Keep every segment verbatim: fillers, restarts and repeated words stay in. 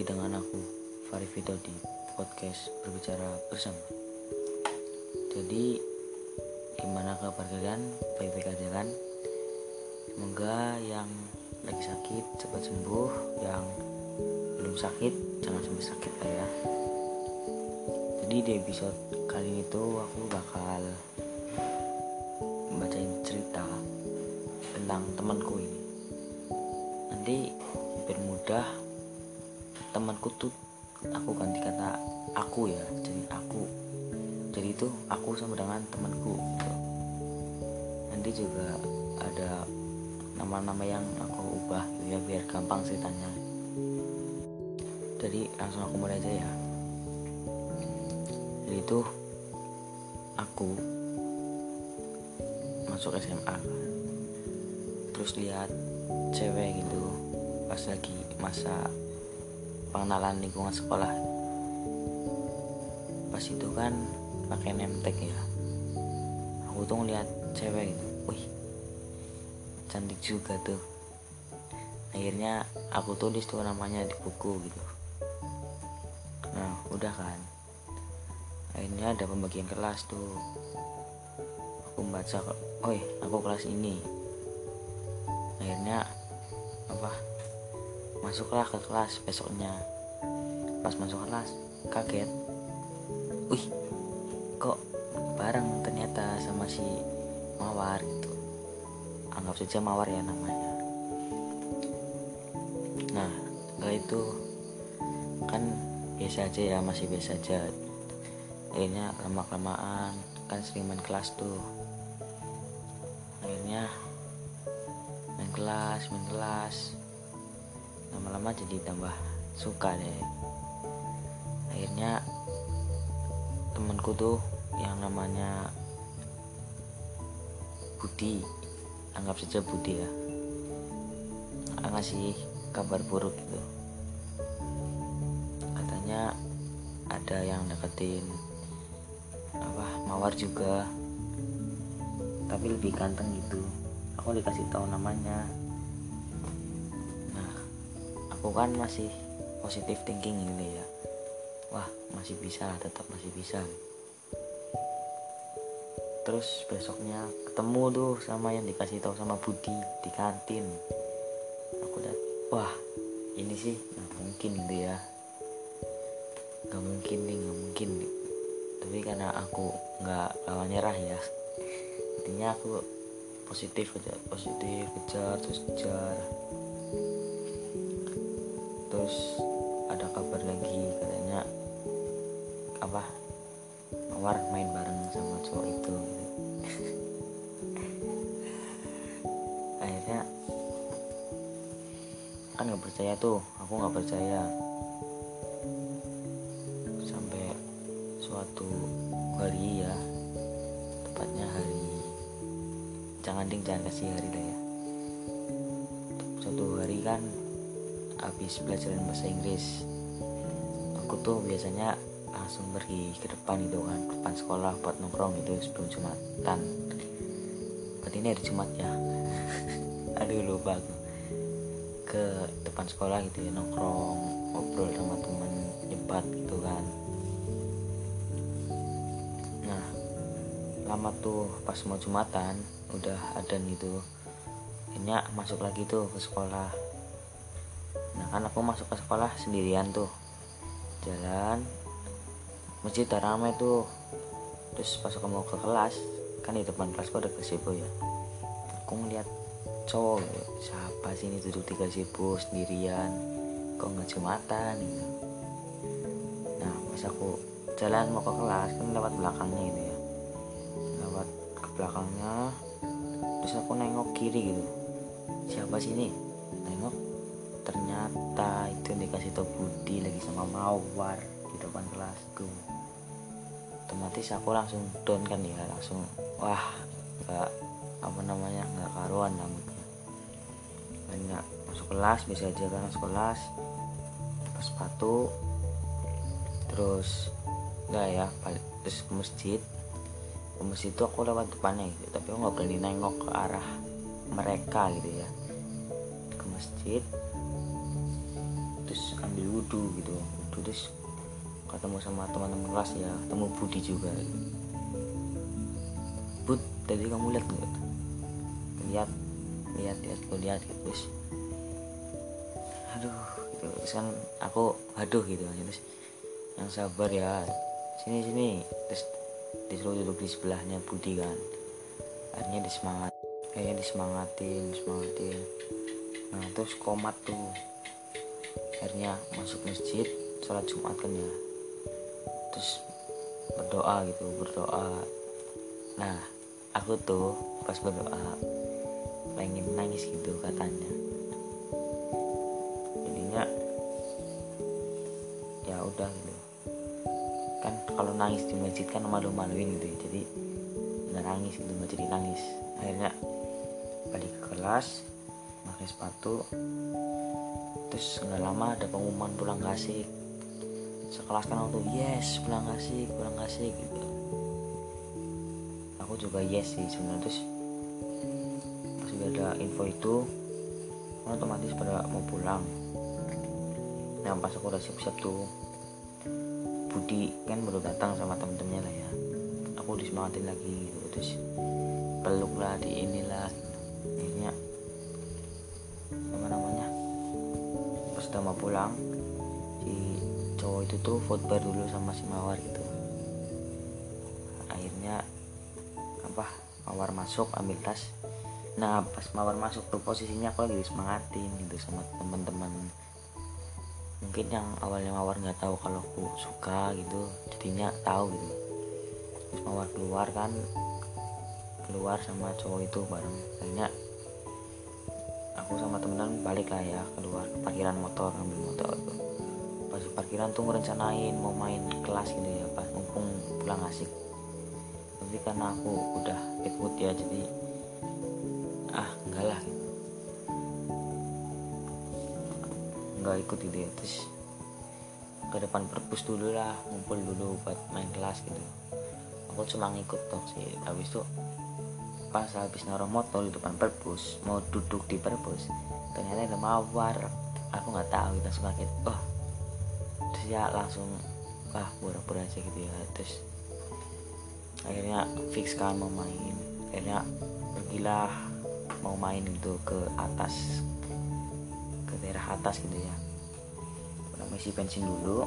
dengan aku Fari Vito di podcast Berbicara Bersama. Jadi gimana kabar kalian? Baik-baik aja kan? Semoga yang lagi sakit cepat sembuh, yang belum sakit jangan sampai sakit lah ya. Jadi di episode kali ini tuh aku bakal bacain cerita tentang temanku ini. Nanti biar mudah, temanku tuh aku ganti kata aku ya, jadi aku. Jadi itu aku sama dengan temanku gitu. Nanti juga ada nama-nama yang aku ubah gitu ya, biar gampang ceritanya. Jadi langsung aku mulai aja ya. Jadi itu aku masuk S M A, terus lihat cewek gitu pas lagi masa pengenalan lingkungan sekolah. Pas itu kan pakai name tag ya, aku tuh ngeliat cewek gitu, wih cantik juga tuh. Akhirnya aku tulis tuh namanya di buku gitu. Nah udah kan, akhirnya ada pembagian kelas tuh. Aku baca, oh aku kelas ini. Akhirnya apa masuklah ke kelas besoknya. Pas masuk kelas kaget, wih kok bareng ternyata sama si Mawar gitu. Anggap saja Mawar ya namanya. Nah setelah itu kan biasa aja ya, masih biasa aja. Akhirnya lama-kelamaan kan sering main kelas tuh. Akhirnya main kelas, main kelas lama-lama jadi tambah suka deh. Akhirnya temanku tuh yang namanya Budi, anggap saja Budi ya, ngasih kabar buruk gitu. Katanya ada yang deketin apa Mawar juga, tapi lebih ganteng gitu. Aku dikasih tahu namanya. Nah aku kan masih positive thinking ini ya, wah masih bisa, tetap masih bisa. Terus besoknya ketemu tuh sama yang dikasih tahu sama Budi di kantin. Aku udah, wah ini sih nggak mungkin gitu ya, nggak mungkin nih, nggak mungkin nih. Tapi karena aku nggak lawan nyerah ya, intinya aku positif aja, positif kejar terus kejar. Terus ada kabar lagi katanya apa Mawar main bareng sama cowok itu gitu. Akhirnya kan nggak percaya tuh, aku nggak percaya. Sampai suatu hari ya, tepatnya hari, jangan ding jangan kasih hari lah ya. Suatu hari kan habis pelajaran bahasa Inggris, aku tuh biasanya langsung pergi ke depan gitu kan, ke depan sekolah buat nongkrong gitu sebelum Jumatan. Berarti ini hari Jumat ya. Aduh lupa aku. Ke depan sekolah gitu ya, nongkrong, ngobrol sama temen, nyebat gitu kan. Nah lama tuh pas mau Jumatan, udah adzan gitu, akhirnya masuk lagi tuh ke sekolah. Nah kan aku masuk ke sekolah sendirian tuh, jalan masjid ramai tuh. Terus pas aku mau ke kelas, kan di depan kelasku ada gazebo ya, aku ngeliat cowok gitu. Siapa sih ini duduk di gazebo sendirian, kok nggak Jumatan gitu. Nah pas aku jalan mau ke kelas kan lewat belakangnya gitu ya, lewat ke belakangnya. Terus aku nengok kiri gitu, siapa sih ini, nengok ternyata itu yang dikasih tau Budi lagi sama Mawar di depan kelasku. Otomatis aku langsung down kan ya, langsung wah nggak apa namanya nggak karuan namanya. Banyak masuk kelas biasa aja kan, masuk kelas pas sepatu, terus enggak ya balik terus ke masjid. Ke masjid itu aku lewat depannya gitu, tapi aku nggak berani nengok ke arah mereka gitu ya. Ke masjid, terus ambil wudhu gitu, wudhu terus ketemu sama teman-teman kelas ya, ketemu Budi juga. Bud, tadi kamu lihat nggak? Lihat, lihat, lihat, gue lihat gitu. Terus, aduh, gitu. Terus kan aku, aduh gitu. Terus, yang sabar ya, sini sini. Terus disuruh duduk di sebelahnya Budi kan. Akhirnya disemangat, kayaknya disemangatin, disemangatin. Nah terus komat tuh. Akhirnya masuk masjid, sholat Jumat kan ya. Terus berdoa gitu, berdoa. Nah aku tuh pas berdoa pengen nangis gitu katanya. Jadinya ya udah gitu. Kan kalau nangis di masjid kan malu-maluin gitu ya. Jadi nggak nangis gitu, nggak jadi nangis. Akhirnya balik ke kelas, pakai sepatu. Terus nggak lama ada pengumuman pulang kasih. Sekelas kan waktu yes pulang kasih, pulang kasih gitu. Aku juga yes sih sebenarnya. Terus pas udah ada info itu, kan otomatis pada mau pulang. Nah pas aku udah siap-siap tuh, Budi kan baru datang sama temen-temennya lah ya. Aku disemangatin lagi gitu. Terus peluk lah, di inilah. Akhirnya apa namanya, pas udah mau pulang, si cowok itu tuh footbar dulu sama si Mawar gitu. Akhirnya apa, Mawar masuk ambil tas. Nah pas Mawar masuk tuh posisinya aku lagi disemangatin gitu sama teman-teman. Mungkin yang awalnya Mawar nggak tahu kalau aku suka gitu, jadinya tahu gitu. Terus Mawar keluar kan, keluar sama cowok itu bareng. Akhirnya aku sama temen-temen balik lah ya, keluar ke parkiran motor, ngambil motor tuh. Pas di parkiran tuh ngerencanain mau main kelas gitu ya, pas mumpung pulang asik. Tapi karena aku udah bad mood ya, jadi ah enggak lah gitu. Enggak ikut gitu ya. Terus ke depan perpus dulu lah, ngumpul dulu buat main kelas gitu. Aku cuma ngikut toh sih. Habis itu pas habis naruh motor di depan perpus, mau duduk di perpus, ternyata ada Mawar. Aku nggak tahu, kita langsung kaget. Oh, terus ya langsung ah pura-pura aja gitu ya. Terus akhirnya fix kan mau main. Akhirnya pergilah mau main gitu ke atas, ke daerah atas gitu ya. Udah isi bensin dulu.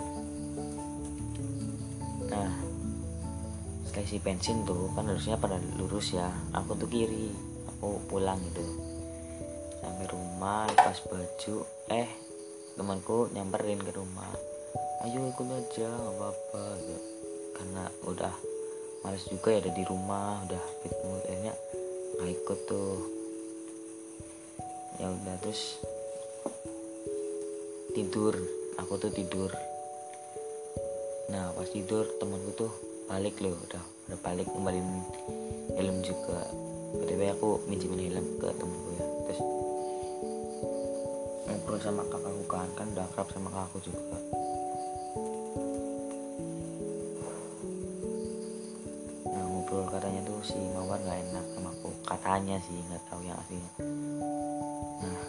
Nah setelah isi bensin tuh kan harusnya pada lurus ya, aku tuh kiri, aku pulang gitu. Sampai rumah lepas baju, eh temanku nyamperin ke rumah, ayo ikut aja nggak apa-apa gitu. Karena udah males juga ya ada di rumah, udah bad mood. Akhirnya nggak ikut tuh. Ya udah terus tidur, aku tuh tidur. Nah pas tidur temanku tuh balik loh, udah udah balik kembaliin helm juga. Btw aku minjemin helm ke temanku ya. Terus ngobrol sama kakakku kan, kan udah akrab sama kakakku juga. Nah ngobrol katanya tuh si Mawar nggak enak sama aku, katanya sih, nggak tahu yang aslinya. Nah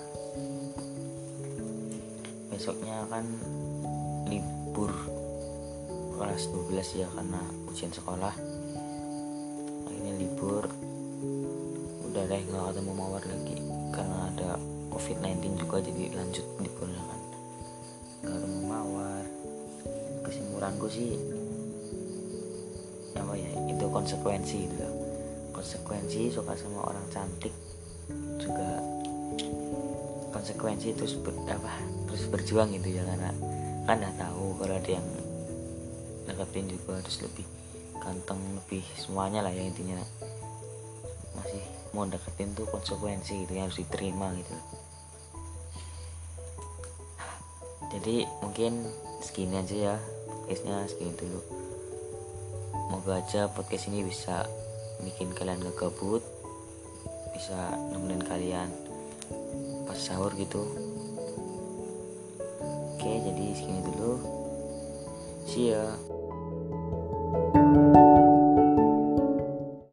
besoknya kan libur kelas dua belas ya karena ujian sekolah. Akhirnya libur, udah deh nggak ketemu Mawar lagi karena ada covid sembilan belas juga, jadi lanjut libur kan nggak ketemu Mawar. Kesimpulanku sih apa ya, itu konsekuensi gitu loh. Konsekuensi suka sama orang cantik juga konsekuensi terus ber, apa terus berjuang gitu ya, karena kan udah tahu kalau ada yang deketin juga, terus lebih ganteng, lebih semuanya lah ya intinya. Masih mau deketin tuh konsekuensi gitu yang harus diterima gitu. Jadi mungkin segini aja ya podcastnya, segini dulu. Moga aja podcast ini bisa bikin kalian gak gabut, bisa nemenin kalian pas sahur gitu. Oke jadi segini dulu, see ya.